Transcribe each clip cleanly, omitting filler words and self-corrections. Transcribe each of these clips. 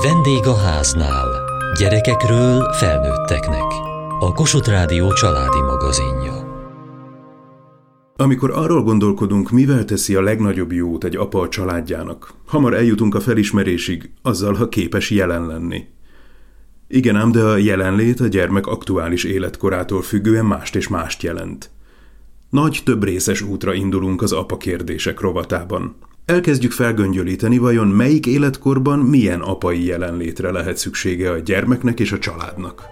Vendég a háznál. Gyerekekről felnőtteknek. A Kossuth Rádió családi magazinja. Amikor arról gondolkodunk, mivel teszi a legnagyobb jót egy apa a családjának, hamar eljutunk a felismerésig, azzal, ha képes jelen lenni. Igen ám, de a jelenlét a gyermek aktuális életkorától függően mást és mást jelent. Nagy, több részes útra indulunk az apa kérdések rovatában. Elkezdjük felgöngyölíteni, vajon melyik életkorban milyen apai jelenlétre lehet szüksége a gyermeknek és a családnak.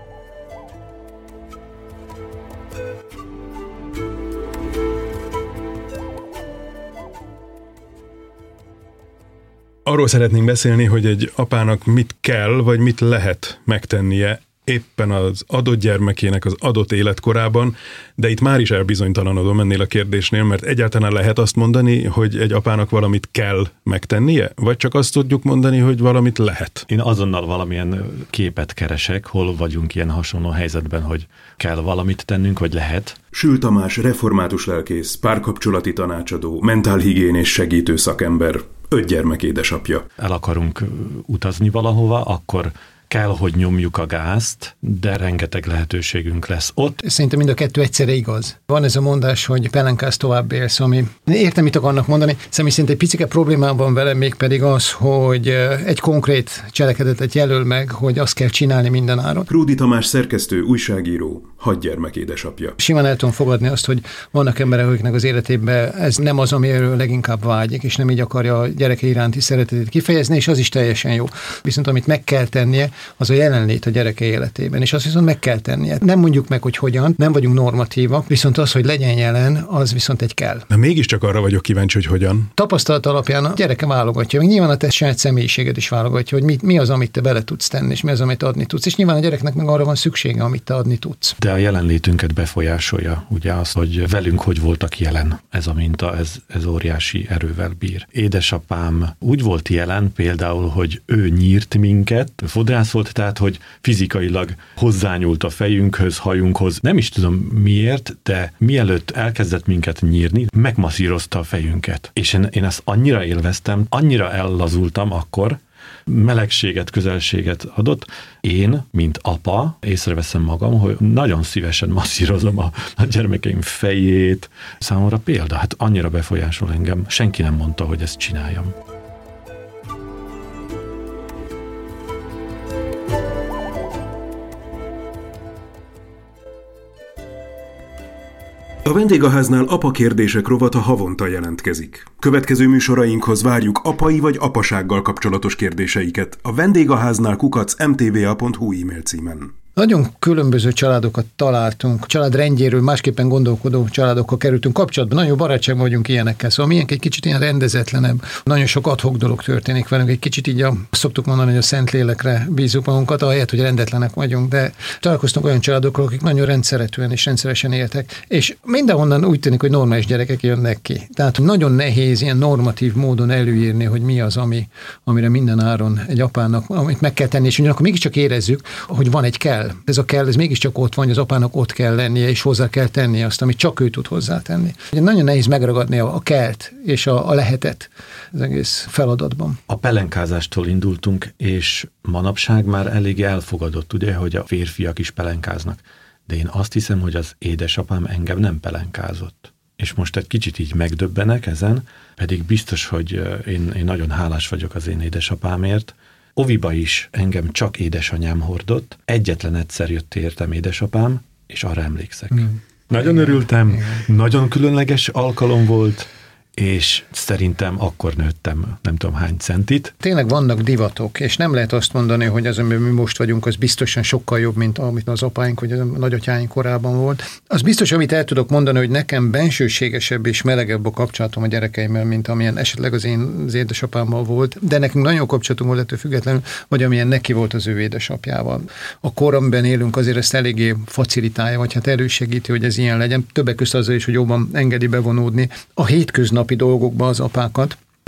Arról szeretnénk beszélni, hogy egy apának mit kell, vagy mit lehet megtennie éppen az adott gyermekének az adott életkorában, de itt már is elbizonytalanodom ennél a kérdésnél, mert egyáltalán lehet azt mondani, hogy egy apának valamit kell megtennie, vagy csak azt tudjuk mondani, hogy valamit lehet? Én azonnal valamilyen képet keresek, hol vagyunk ilyen hasonló helyzetben, hogy kell valamit tennünk, vagy lehet. Sül Tamás református lelkész, párkapcsolati tanácsadó, mentálhigiénés segítő szakember, 5 gyermek édesapja. El akarunk utazni valahova, akkor kell, hogy nyomjuk a gázt, de rengeteg lehetőségünk lesz ott. Szerintem mind a kettő egyszerre igaz. Van ez a mondás, hogy pelenkázz tovább élsz, ami értem, mit akarnak mondani. Személy szerint egy picike problémám van velem, mégpedig az, hogy egy konkrét cselekedetet jelöl meg, hogy azt kell csinálni mindenáron. Krúdi Tamás szerkesztő, újságíró, 6 gyermek édesapja. Simán el tudom fogadni azt, hogy vannak emberek, akiknek az életében ez nem az, amiről leginkább vágyik, és nem így akarja a gyereke iránti szeretetét kifejezni, és az is teljesen jó. Viszont amit meg kell tennie, az a jelenlét a gyereke életében, és azt viszont meg kell tennie. Nem mondjuk meg, hogy hogyan, nem vagyunk normatívak, viszont az, hogy legyen jelen, az viszont egy kell. De mégiscsak arra vagyok kíváncsi, hogy hogyan. Tapasztalat alapján a gyereke válogatja, még nyilván a te saját személyiséged is válogatja, hogy mi az, amit te bele tudsz tenni, és mi az, amit adni tudsz, és nyilván a gyereknek meg arra van szüksége, amit te adni tudsz. De a jelenlétünket befolyásolja, ugye az, hogy velünk hogy voltak jelen. Ez a minta, ez óriási erővel bír. Édesapám úgy volt jelen például, hogy ő nyírt minket, fodrász volt, tehát, hogy fizikailag hozzányúlt a fejünkhöz, hajunkhoz. Nem is tudom miért, de mielőtt elkezdett minket nyírni, megmasszírozta a fejünket. És én ezt annyira élveztem, annyira ellazultam akkor, melegséget, közelséget adott. Én, mint apa, észreveszem magam, hogy nagyon szívesen masszírozom a gyermekeim fejét. Számomra példa, hát annyira befolyásol engem. Senki nem mondta, hogy ezt csináljam. A Vendég a háznál apa kérdések rovata havonta jelentkezik. Következő műsorainkhoz várjuk apai vagy apasággal kapcsolatos kérdéseiket a vendégháznál @mtva.hu e-mail címen. Nagyon különböző családokat találtunk, családrendjéről másképpen gondolkodó családokkal kerültünk kapcsolatba, nagyon barátságban vagyunk ilyenekkel, szóval milyen egy kicsit ilyen rendezetlenebb, nagyon sok ad-hoc dolog történik velünk, egy kicsit így szoktuk mondani, hogy a Szentlélekre bízzuk magunkat, ahelyett, hogy rendetlenek vagyunk, de találkoztunk olyan családokkal, akik nagyon rendszeretűen és rendszeresen éltek, és mindenhonnan úgy tűnik, hogy normális gyerekek jönnek ki. Tehát nagyon nehéz ilyen normatív módon előírni, hogy mi az, amire minden áron egy apának, amit meg kell tenni, és ugyanakkor mégiscsak érezzük, hogy van egy kell. Ez a kell, ez mégiscsak ott van, hogy az apának ott kell lennie, és hozzá kell tennie azt, amit csak ő tud hozzátenni. Ugye nagyon nehéz megragadni a kelt és a lehetet az egész feladatban. A pelenkázástól indultunk, és manapság már elég elfogadott, ugye, hogy a férfiak is pelenkáznak. De én azt hiszem, hogy az édesapám engem nem pelenkázott. És most egy kicsit így megdöbbenek ezen, pedig biztos, hogy én nagyon hálás vagyok az én édesapámért. Oviba is engem csak édesanyám hordott, egyetlen egyszer jött értem édesapám, és arra emlékszek. Nagyon örültem, nagyon különleges alkalom volt, és szerintem akkor nőttem nem tudom hány centit. Tényleg vannak divatok, és nem lehet azt mondani, hogy az, amiben mi most vagyunk, az biztosan sokkal jobb, mint amit az apáink, vagy a nagyatyáink korában volt. Az biztos, amit el tudok mondani, hogy nekem bensőségesebb és melegebb a kapcsolatom a gyerekeimmel, mint amilyen esetleg az édesapámmal volt, de nekünk nagyon kapcsolatunk volt ettől függetlenül, vagy amilyen neki volt az ő édesapjával. A kor, amiben élünk, azért ezt eléggé facilitálja, vagy hát elősegíti, hogy ez ilyen legyen. Többek között azzal is, hogy jobban engedi bevonódni a hétköznapi dolgokba az apákat.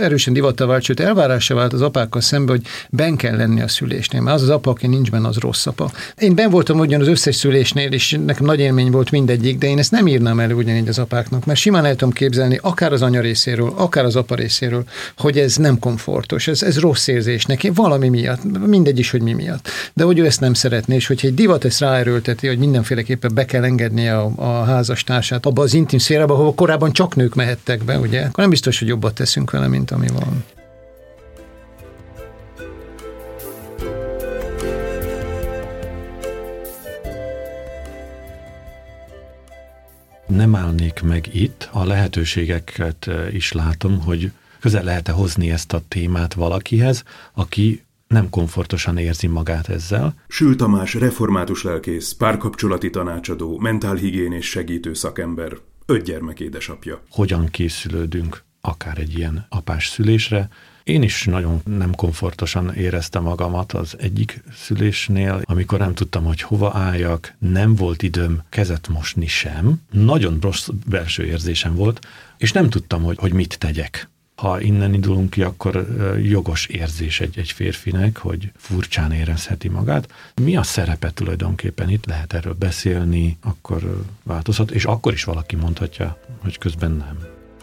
erősen divattá vált, sőt elvárásra vált az apákkal szemben, hogy benn kell lenni a szülésnél, mert az apa, aki nincs benne, az rossz apa. Én benn voltam ugyan az összes szülésnél, és nekem nagy élmény volt mindegyik, de én ezt nem írnám elő ugyanígy az apáknak, mert simán el tudom képzelni, akár az anya részéről, akár az apa részéről, hogy ez nem komfortos, ez rossz érzés neki, valami miatt, mindegy is, hogy mi miatt. De hogy ő ezt nem szeretné, és hogyha egy divat ezt ráerőlteti, hogy mindenféleképpen be kell engednie a házastársát abba az intim szférába, ahol korábban csak nők mehettek be, ugye, akkor nem biztos, hogy jobbat teszünk vele, mint ami van. Nem állnék meg itt, a lehetőségeket is látom, hogy közel lehet-e hozni ezt a témát valakihez, aki nem komfortosan érzi magát ezzel. Sül Tamás református lelkész, párkapcsolati tanácsadó, mentálhigiénés segítő szakember, 5 gyermek édesapja. Hogyan készülődünk akár egy ilyen apás szülésre? Én is nagyon nem komfortosan éreztem magamat az egyik szülésnél, amikor nem tudtam, hogy hova álljak, nem volt időm kezet mosni sem, nagyon rossz belső érzésem volt, és nem tudtam, hogy mit tegyek. Ha innen indulunk ki, akkor jogos érzés egy férfinek, hogy furcsán érezheti magát. Mi a szerepe tulajdonképpen itt? Lehet erről beszélni, akkor változhat, és akkor is valaki mondhatja, hogy közben nem.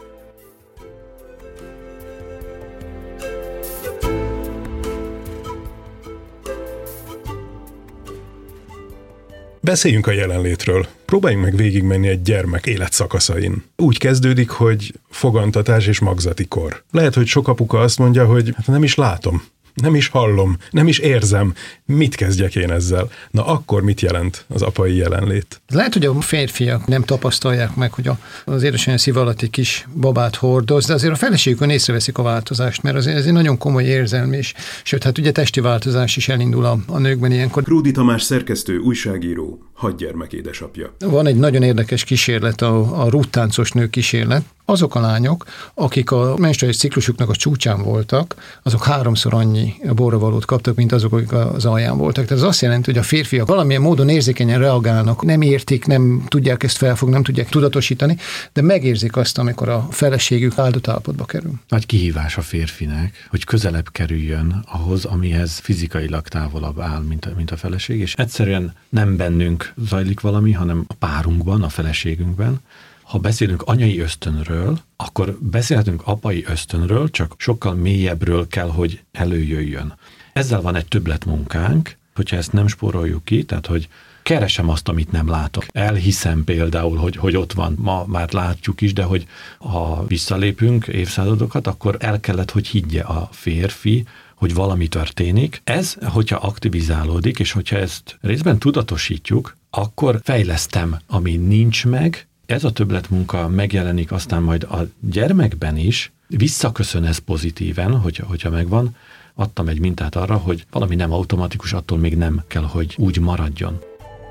Beszéljünk a jelenlétről. Próbáljunk meg végigmenni egy gyermek életszakaszain. Úgy kezdődik, hogy fogantatás és magzati kor. Lehet, hogy sok apuka azt mondja, hogy hát nem is látom, nem is hallom, nem is érzem. Mit kezdjek én ezzel? Na akkor mit jelent az apai jelenlét? Lehet, hogy a férfiak nem tapasztalják meg, hogy az édesanyja szív alatt egy kis babát hordoz, de azért a feleségükön észreveszik a változást, mert azért ez egy nagyon komoly érzelmi is. Sőt, hát ugye testi változás is elindul a nőkben ilyenkor. Krúdy Tamás szerkesztő, újságíró, 6 gyermek édesapja. Van egy nagyon érdekes kísérlet, a rúttáncos nő kísérlet. Azok a lányok, akik a menstruális ciklusuknak a csúcsán voltak, azok 3-szor annyi borravalót kaptak, mint azok, akik az alján voltak. Tehát ez azt jelenti, hogy a férfiak valamilyen módon érzékenyen reagálnak, nem értik, nem tudják ezt felfogni, nem tudják tudatosítani, de megérzik azt, amikor a feleségük áldott állapotba kerül. Nagy kihívás a férfinek, hogy közelebb kerüljön ahhoz, amihez fizikailag távolabb áll, mint a feleség, és egyszerűen nem bennünk zajlik valami, hanem a párunkban, a feleségünkben. Ha beszélünk anyai ösztönről, akkor beszélhetünk apai ösztönről, csak sokkal mélyebbről kell, hogy előjöjjön. Ezzel van egy többletmunkánk, hogyha ezt nem spóroljuk ki, tehát hogy keresem azt, amit nem látok. Elhiszem például, hogy ott van, ma már látjuk is, de hogy ha visszalépünk évszázadokat, akkor el kellett, hogy higgye a férfi, hogy valami történik. Ez, hogyha aktivizálódik, és hogyha ezt részben tudatosítjuk, akkor fejlesztem, ami nincs meg. Ez a többletmunka megjelenik aztán majd a gyermekben is, visszaköszön ez pozitíven, hogyha megvan. Adtam egy mintát arra, hogy valami nem automatikus, attól még nem kell, hogy úgy maradjon.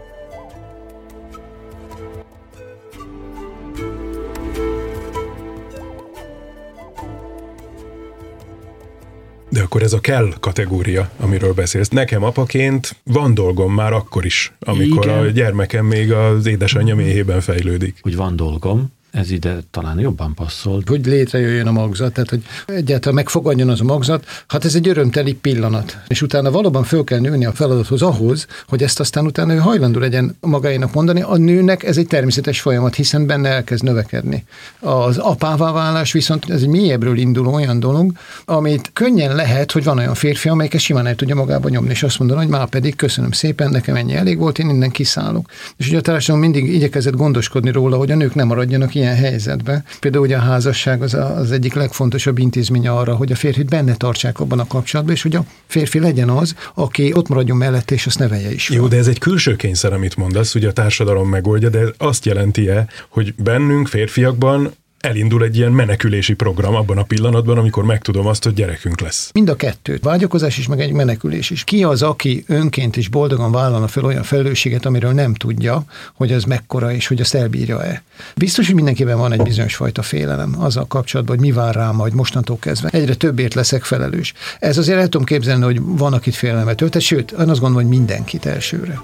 De akkor ez a kell kategória, amiről beszélsz. Nekem apaként van dolgom már akkor is, amikor igen, a gyermekem még az édesanyja méhében fejlődik. Hogy van dolgom, ez ide talán jobban passzol. Hogy létrejöjjön a magzat, tehát hogy egyáltalán megfogadjon az a magzat, hát ez egy örömteli pillanat. És utána valóban föl kell nőni a feladathoz ahhoz, hogy ezt aztán utána ő hajlandó legyen magáénak mondani. A nőnek ez egy természetes folyamat, hiszen benne elkezd növekedni. Az apává válás viszont ez egy mélyebbről induló olyan dolog, amit könnyen lehet, hogy van olyan férfi, amelyik ezt simán el tudja magába nyomni, és azt mondani, hogy már pedig köszönöm szépen, nekem ennyi elég volt, én innen kiszállok. És ugye a társadalom mindig igyekezett gondoskodni róla, hogy a nők nem maradjanak ilyen helyzetbe. Például ugye a házasság az egyik legfontosabb intézménye arra, hogy a férfit benne tartsák abban a kapcsolatban, és hogy a férfi legyen az, aki ott maradjon mellette, és azt nevelje is. Jó, de ez egy külső kényszer, amit mondasz, ugye a társadalom megoldja, de azt jelenti-e, hogy bennünk férfiakban elindul egy ilyen menekülési program abban a pillanatban, amikor megtudom azt, hogy gyerekünk lesz. Mind a kettő. Vágyakozás is, meg egy menekülés is. Ki az, aki önként is boldogan vállalna fel olyan felelősséget, amiről nem tudja, hogy az mekkora, és hogy azt elbírja-e? Biztos, hogy mindenkiben van egy bizonyos fajta félelem azzal kapcsolatban, hogy mi vár rám majd mostantól kezdve. Egyre többért leszek felelős. Ez azért el tudom képzelni, hogy van, akit félelmet töltet, sőt, én azt gondolom, hogy mindenkit elsőre.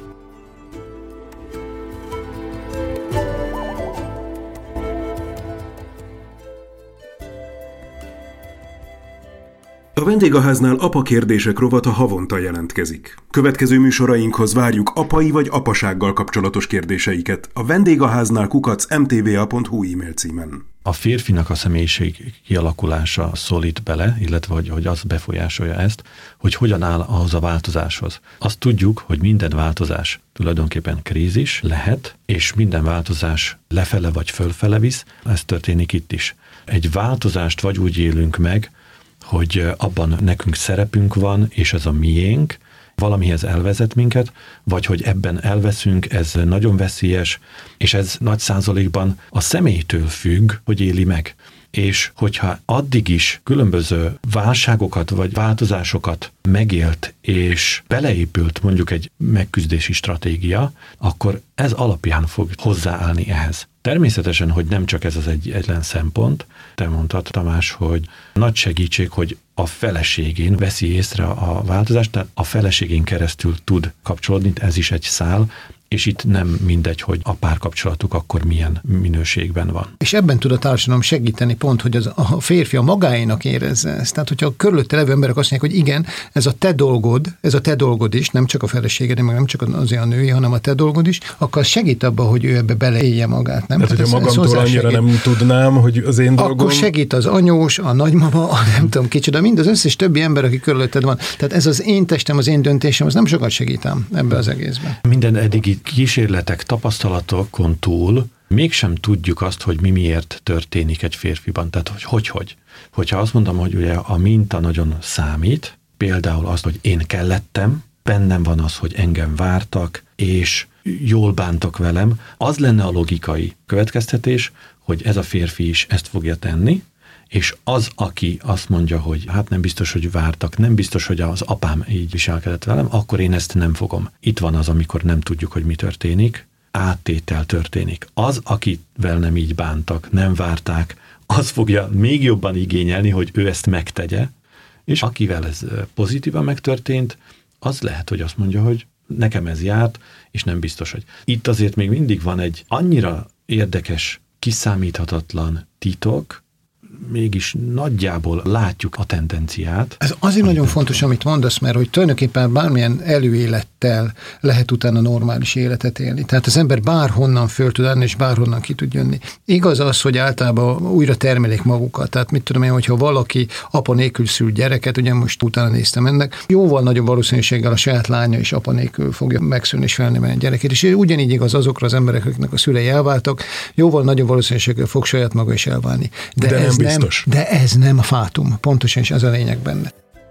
Vendégháznál Apa kérdések rovata havonta jelentkezik. Következő műsorainkhoz várjuk apai vagy apasággal kapcsolatos kérdéseiket a vendégháznál@mtva.hu e-mail címen. A férfinak a személyiség kialakulása szólít bele, illetve hogy az befolyásolja ezt, hogy hogyan áll ahhoz a változáshoz. Azt tudjuk, hogy minden változás tulajdonképpen krízis lehet, és minden változás lefele vagy fölfele visz, ez történik itt is. Egy változást vagy úgy élünk meg, hogy abban nekünk szerepünk van, és ez a miénk, valamihez elvezet minket, vagy hogy ebben elveszünk, ez nagyon veszélyes, és ez nagy százalékban a személytől függ, hogy éli meg. És hogyha addig is különböző válságokat vagy változásokat megélt, és beleépült mondjuk egy megküzdési stratégia, akkor ez alapján fog hozzáállni ehhez. Természetesen, hogy nem csak ez az egyetlen szempont, te mondtad, Tamás, hogy nagy segítség, hogy a feleségén veszi észre a változást, tehát a feleségén keresztül tud kapcsolódni, ez is egy szál, és itt nem mindegy, hogy a párkapcsolatuk akkor milyen minőségben van. És ebben tud a társadalom segíteni pont, hogy a férfi a magáénak érezze ezt. Tehát, hogyha a körülötte levő emberek azt mondják, hogy igen, ez a te dolgod is, nem csak a feleséged, meg nem csak azért a női, hanem a te dolgod is, akkor segít abba, hogy ő ebbe beleélje magát. Nem? Tehát, hogyha magamtól annyira nem tudnám, hogy az én dolgom... Akkor segít az anyós, a nagymama, nem tudom kicsoda, mind az összes többi ember, aki körülötted van. Tehát ez az én testem, az én döntésem, az nem sokat segítem ebbe az egészben. Minden eddigi kísérletek, tapasztalatokon túl mégsem tudjuk azt, hogy miért történik egy férfiban. Tehát, hogy. Hogyha azt mondom, hogy ugye a minta nagyon számít, például azt, hogy én kellettem, bennem van az, hogy engem vártak, és jól bántak velem, az lenne a logikai következtetés, hogy ez a férfi is ezt fogja tenni, és az, aki azt mondja, hogy hát nem biztos, hogy vártak, nem biztos, hogy az apám így viselkedett velem, akkor én ezt nem fogom. Itt van az, amikor nem tudjuk, hogy mi történik, áttétel történik. Az, akivel nem így bántak, nem várták, az fogja még jobban igényelni, hogy ő ezt megtegye, és akivel ez pozitívan megtörtént, az lehet, hogy azt mondja, hogy nekem ez járt, és nem biztos, hogy... Itt azért még mindig van egy annyira érdekes, kiszámíthatatlan titok, mégis nagyjából látjuk a tendenciát. Ez azért nagyon fontos, amit mondasz, mert hogy tulajdonképpen bármilyen előélettel lehet utána normális életet élni. Tehát az ember bárhonnan föl tud állni, és bárhonnan ki tud jönni. Igaz az, hogy általában újra termelik magukat. Tehát mit tudom én, hogyha valaki apa nélkül szül gyereket, ugye most utána néztem ennek, jóval nagyobb valószínűséggel a saját lánya is apa nélkül fogja megszülni és felnevelni gyereket. És ugyanígy igaz azokra az embereknek a szülei elváltak, jóval nagyobb valószínűséggel fog saját maga is elválni. De ez biztos. De ez nem a fátum. Pontosan is ez a lényeg benne.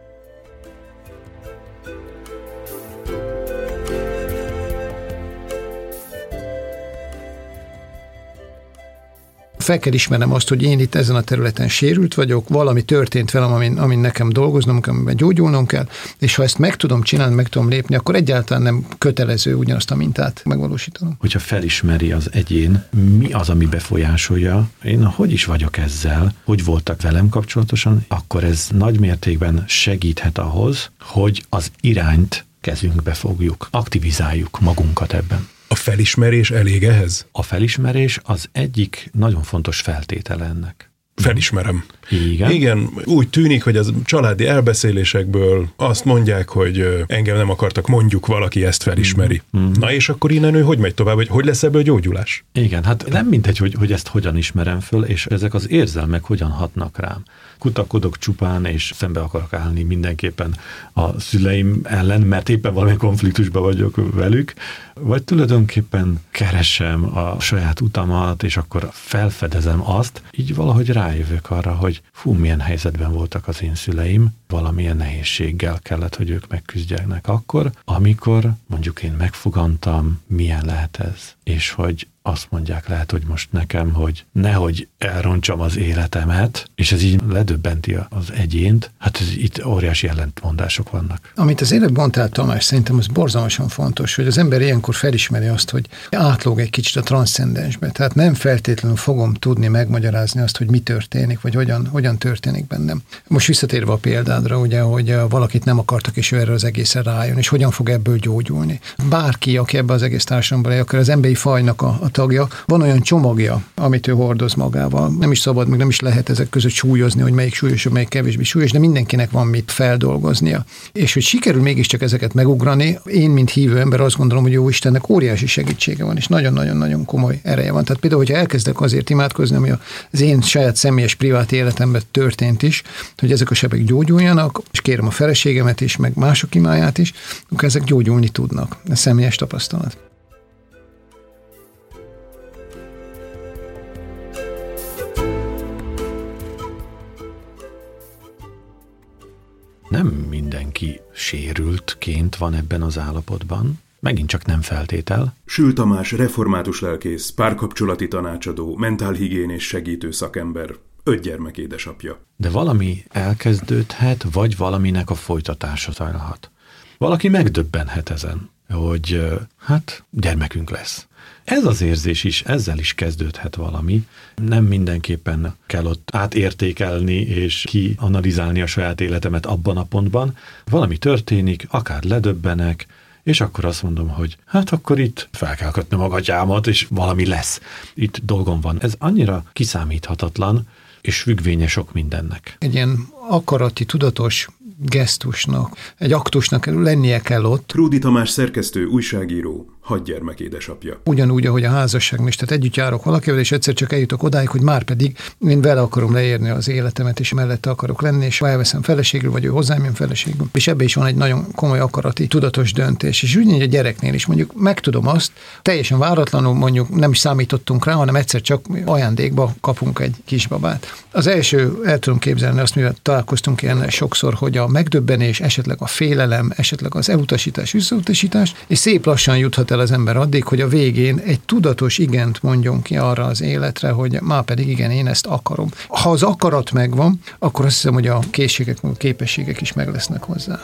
Fel kell ismernem azt, hogy én itt ezen a területen sérült vagyok, valami történt velem, amin nekem dolgoznom kell, amiben gyógyulnom kell, és ha ezt meg tudom csinálni, meg tudom lépni, akkor egyáltalán nem kötelező ugyanazt a mintát megvalósítanom. Hogyha felismeri az egyén, mi az, ami befolyásolja, én hogy is vagyok ezzel, hogy voltak velem kapcsolatosan, akkor ez nagy mértékben segíthet ahhoz, hogy az irányt kezünkbe fogjuk, aktivizáljuk magunkat ebben. A felismerés elég ehhez? A felismerés az egyik nagyon fontos feltétele ennek. Felismerem. Igen. Igen, úgy tűnik, hogy az családi elbeszélésekből azt mondják, hogy engem nem akartak, mondjuk valaki ezt felismeri. Na és akkor innen ő hogy megy tovább, hogy lesz ebből gyógyulás? Igen, hát nem mindegy, hogy ezt hogyan ismerem föl, és ezek az érzelmek hogyan hatnak rám. Kutakodok csupán, és szembe akarok állni mindenképpen a szüleim ellen, mert éppen valami konfliktusban vagyok velük, vagy tulajdonképpen keresem a saját utamat, és akkor felfedezem azt, így valahogy rájövök arra, hogy milyen helyzetben voltak az én szüleim, valamilyen nehézséggel kellett, hogy ők megküzdjenek akkor, amikor mondjuk én megfogantam, milyen lehet ez, és hogy azt mondják lehet, hogy most nekem, hogy nehogy elrontsam az életemet, és ez így ledöbbenti az egyént, hát itt óriási ellentmondások vannak. Amit az előbb mondtál, Tamás, szerintem az borzalmasan fontos, hogy az ember ilyenkor felismeri azt, hogy átlóg egy kicsit a transzcendensbe, tehát nem feltétlenül fogom tudni megmagyarázni azt, hogy mi történik, vagy hogyan történik bennem. Most visszatérve a példádra, ugye, hogy valakit nem akartak, és ő erre az egészre rájön, és hogyan fog ebből gyógyulni. Bárki, aki ebbe az egész társadalomban, akár az emberi fajnak a tagja, van olyan csomagja, amit ő hordoz magával. Nem is szabad, meg nem is lehet ezek között súlyozni, hogy melyik súlyos, melyik kevésbé súlyos, de mindenkinek van mit feldolgoznia. És hogy sikerül mégiscsak ezeket megugrani, én, mint hívő ember azt gondolom, hogy jó Istennek óriási segítsége van, és nagyon-nagyon-nagyon komoly ereje van. Tehát például, hogyha elkezdek azért imádkozni, ami az én saját személyes privát életemben történt is, hogy ezek a sebek gyógyuljanak, és kérem a feleségemet is, meg mások imáját is, akkor ezek gyógyulni tudnak. Ez személyes tapasztalat. Nem mindenki sérültként van ebben az állapotban, megint csak nem feltétel. Sül Tamás református lelkész, párkapcsolati tanácsadó, mentálhigiénés segítő szakember, 5 gyermek édesapja. De valami elkezdődhet, vagy valaminek a folytatása zajlhat. Valaki megdöbbenhet ezen, hogy hát gyermekünk lesz. Ez az érzés is, ezzel is kezdődhet valami. Nem mindenképpen kell ott átértékelni és kianalizálni a saját életemet abban a pontban. Valami történik, akár ledöbbenek, és akkor azt mondom, hogy hát akkor itt fel kell kötnöm a gatyámat, és valami lesz. Itt dolgom van. Ez annyira kiszámíthatatlan, és függvénye sok mindennek. Egy ilyen akarati, tudatos gesztusnak, egy aktusnak lennie kell ott. Krúdy Tamás szerkesztő, újságíró, 6 gyermek édesapja. Ugyanúgy, ahogy a házasságban is, tehát együtt járok valakivel, és egyszer csak eljutok odáig, hogy már pedig én vele akarom leérni az életemet, és mellette akarok lenni, és elveszem feleségül, vagy ő hozzám jön feleségül. És ebben is van egy nagyon komoly akarati, tudatos döntés. És ugyanígy a gyereknél is mondjuk megtudom azt, teljesen váratlanul mondjuk nem is számítottunk rá, hanem egyszer csak ajándékba kapunk egy kisbabát. Az első, el tudom képzelni azt, mivel találkoztunk ilyen sokszor, hogy a megdöbbenés, esetleg a félelem, esetleg az elutasítás, visszautasítás, és szép lassan juthat el az ember addig, hogy a végén egy tudatos igent mondjon ki arra az életre, hogy már pedig igen, én ezt akarom. Ha az akarat megvan, akkor azt hiszem, hogy a készségek, a képességek is meg lesznek hozzá.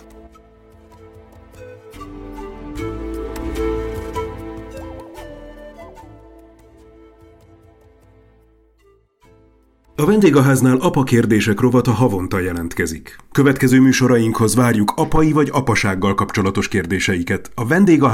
A vendégháznál Apa kérdések rovata havonta jelentkezik. Következő műsorainkhoz várjuk apai vagy apasággal kapcsolatos kérdéseiket a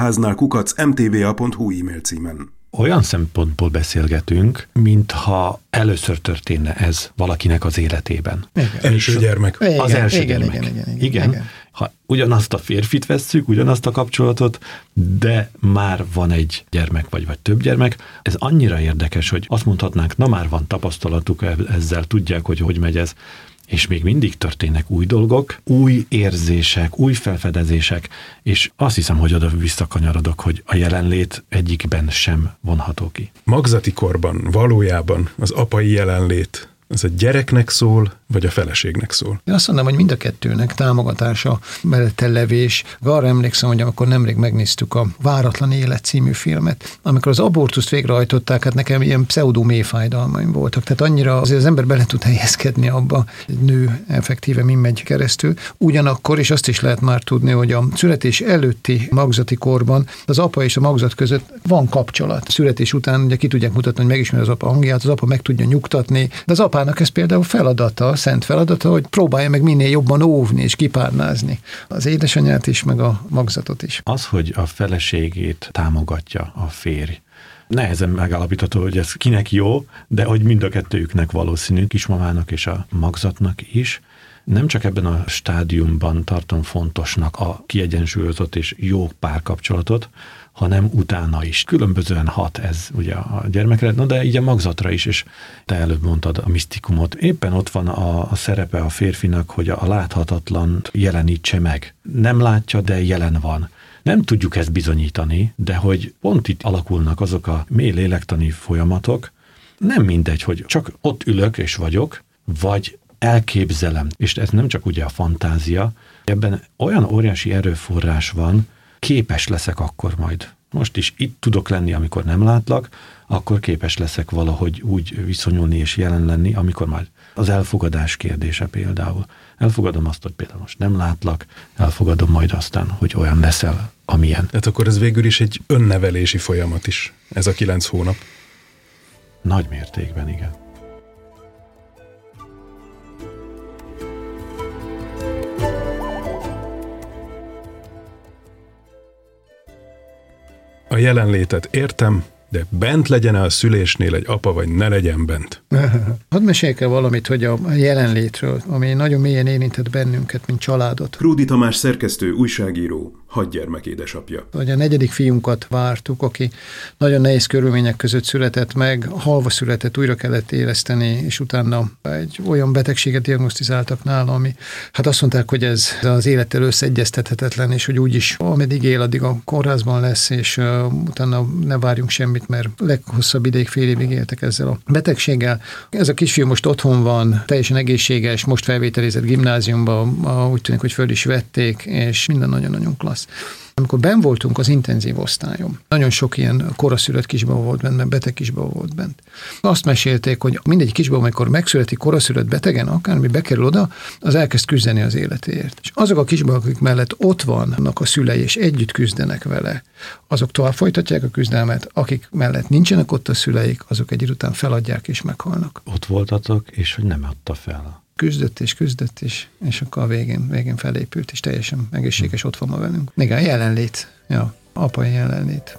vendégháznál@mtva.hu e-mail címen. Olyan szempontból beszélgetünk, mintha először történne ez valakinek az életében. Első gyermek. Az első gyermek. Igen. Ha ugyanazt a férfit vesszük, ugyanazt a kapcsolatot, de már van egy gyermek, vagy több gyermek, ez annyira érdekes, hogy azt mondhatnánk, na már van tapasztalatuk ezzel, tudják, hogy megy ez, és még mindig történnek új dolgok, új érzések, új felfedezések, és azt hiszem, hogy oda visszakanyarodok, hogy a jelenlét egyikben sem vonható ki. Magzati korban valójában az apai jelenlét az a gyereknek szól, vagy a feleségnek szól? Én azt mondom, hogy mind a kettőnek támogatása, mellette levés. Arra emlékszem, hogy amikor nemrég megnéztük a Váratlan élet című filmet, amikor az abortuszt végrehajtották, hát nekem ilyen pseudo mélyfájdalmaim voltak. Tehát annyira azért az ember bele tud helyezkedni abba, egy nő effektíve mind megy keresztül. Ugyanakkor, és azt is lehet már tudni, hogy a születés előtti magzati korban az apa és a magzat között van kapcsolat. Születés után ugye ki tudják mutatni, hogy megismeri az apa hangját, az apa meg tudja nyugtatni, de az apának ez például feladata, szent feladata, hogy próbálja meg minél jobban óvni és kipárnázni az édesanyját is, meg a magzatot is. Az, hogy a feleségét támogatja a férj, nehezen megállapítható, hogy ez kinek jó, de hogy mind a kettőjüknek valószínű, kismamának és a magzatnak is. Nem csak ebben a stádiumban tartom fontosnak a kiegyensúlyozott és jó párkapcsolatot, hanem utána is. Különbözően hat ez ugye a gyermekre, de így a magzatra is, és te előbb mondtad a misztikumot. Éppen ott van a szerepe a férfinak, hogy a láthatatlant jelenítse meg. Nem látja, de jelen van. Nem tudjuk ezt bizonyítani, de hogy pont itt alakulnak azok a mély lélektani folyamatok, nem mindegy, hogy csak ott ülök és vagyok, vagy elképzelem. És ez nem csak ugye a fantázia, ebben olyan óriási erőforrás van, képes leszek akkor majd. Most is itt tudok lenni, amikor nem látlak, akkor képes leszek valahogy úgy viszonyulni és jelen lenni, amikor majd az elfogadás kérdése például. Elfogadom azt, hogy például most nem látlak, elfogadom majd aztán, hogy olyan leszel, amilyen. Tehát akkor ez végül is egy önnevelési folyamat is, ez a 9 hónap. Nagy mértékben, igen. A jelenlétet értem, de bent legyen a szülésnél egy apa, vagy ne legyen bent? Hadd meséljek el valamit, hogy a jelenlétről, ami nagyon mélyen érintett bennünket, mint családot. Krúdy Tamás szerkesztő, újságíró, 6 gyermek édesapja. Hogy a 4. fiunkat vártuk, aki nagyon nehéz körülmények között született meg, halva született, újra kellett éleszteni, és utána egy olyan betegséget diagnosztizáltak nála, ami hát azt mondták, hogy ez az élettel összeegyeztethetetlen, és hogy úgyis ameddig él, addig a kórházban lesz, és utána ne várjunk semmit, mert leghosszabb ideig, fél évig éltek ezzel a betegséggel. Ez a kisfiú most otthon van, teljesen egészséges, most felvételizett gimnáziumba, úgy tűnik, hogy föl is vették, és minden nagyon-nagyon klassz. Amikor benn voltunk az intenzív osztályon, nagyon sok ilyen koraszülött kisbaba volt bent, mert beteg kisbaba volt bent. Azt mesélték, hogy mindegy kisbaba, amikor megszületik koraszülött betegen, akármi bekerül oda, az elkezd küzdeni az életéért. És azok a kisbabák, akik mellett ott vannak a szülei, és együtt küzdenek vele, azok tovább folytatják a küzdelmet, akik mellett nincsenek ott a szüleik, azok egy idő után feladják és meghalnak. Ott voltatok, és hogy nem adta fel. Küzdött, és akkor a végén felépült, és teljesen egészséges, ott van ma velünk. Igen, jelenlét, apai jelenlét.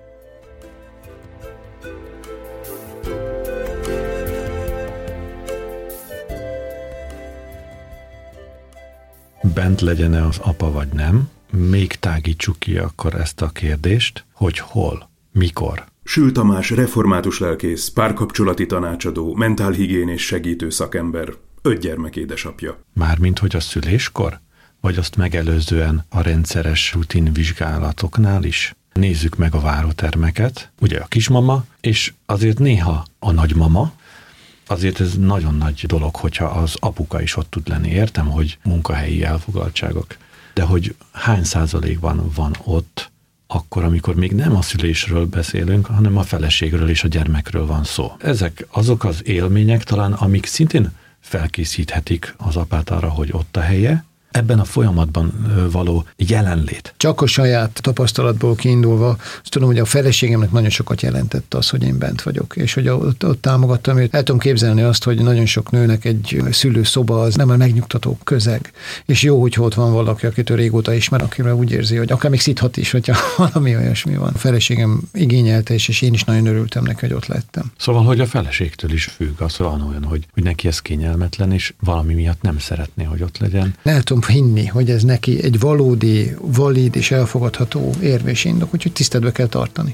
Bent legyen-e az apa vagy nem? Még tágítsuk ki akkor ezt a kérdést, hogy hol, mikor. Sül Tamás református lelkész, párkapcsolati tanácsadó, mentálhigiénés segítő szakember, 5 gyermek édesapja. Mármint, hogy a szüléskor? Vagy azt megelőzően a rendszeres rutin vizsgálatoknál is? Nézzük meg a várótermeket, ugye a kismama, és azért néha a nagymama, azért ez nagyon nagy dolog, hogyha az apuka is ott tud lenni. Értem, hogy munkahelyi elfoglaltságok, de hogy hány százalékban van ott, akkor, amikor még nem a szülésről beszélünk, hanem a feleségről és a gyermekről van szó. Ezek azok az élmények talán, amik szintén felkészíthetik az apát arra, hogy ott a helye, ebben a folyamatban való jelenlét. Csak a saját tapasztalatból kiindulva, azt tudom, hogy a feleségemnek nagyon sokat jelentett az, hogy én bent vagyok, és hogy ott támogattam őt. El tudom képzelni azt, hogy nagyon sok nőnek egy szülőszoba az nem a megnyugtató közeg, és jó, hogy ott van valaki, akitől régóta ismer, akiről úgy érzi, hogy akár még szíthat is, hogyha valami olyasmi van. A feleségem igényelte, és én is nagyon örültem neki, hogy ott lettem. Szóval, hogy a feleségtől is függ, az van olyan, hogy neki ez kényelmetlen, és valami miatt nem szeretné, hogy ott legyen. El tudom hinni, hogy ez neki egy valódi, valid és elfogadható érvés indok, úgyhogy tiszteletbe kell tartani.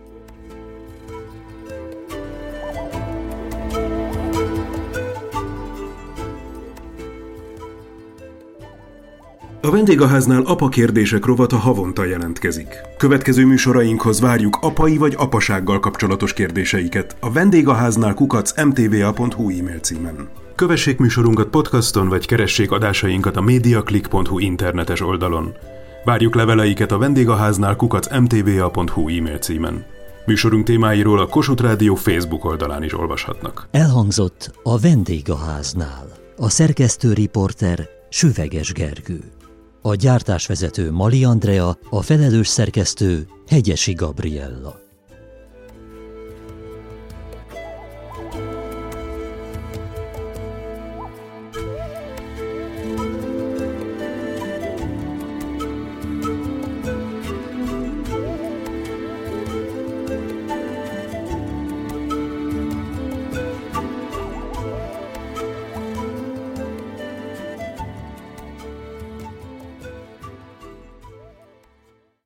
A vendégháznál apa kérdések rovata havonta jelentkezik. Következő műsorainkhoz várjuk apai vagy apasággal kapcsolatos kérdéseiket a vendégháznál@mtva.hu e-mail címen. Kövessék műsorunkat podcaston, vagy keressék adásainkat a mediaclick.hu internetes oldalon. Várjuk leveleiket a vendégháznál@mtva.hu e-mail címen. Műsorunk témáiról a Kossuth Rádió Facebook oldalán is olvashatnak. Elhangzott a Vendégháznál. A szerkesztő riporter Süveges Gergő. A gyártásvezető Mali Andrea, a felelős szerkesztő Hegyesi Gabriella.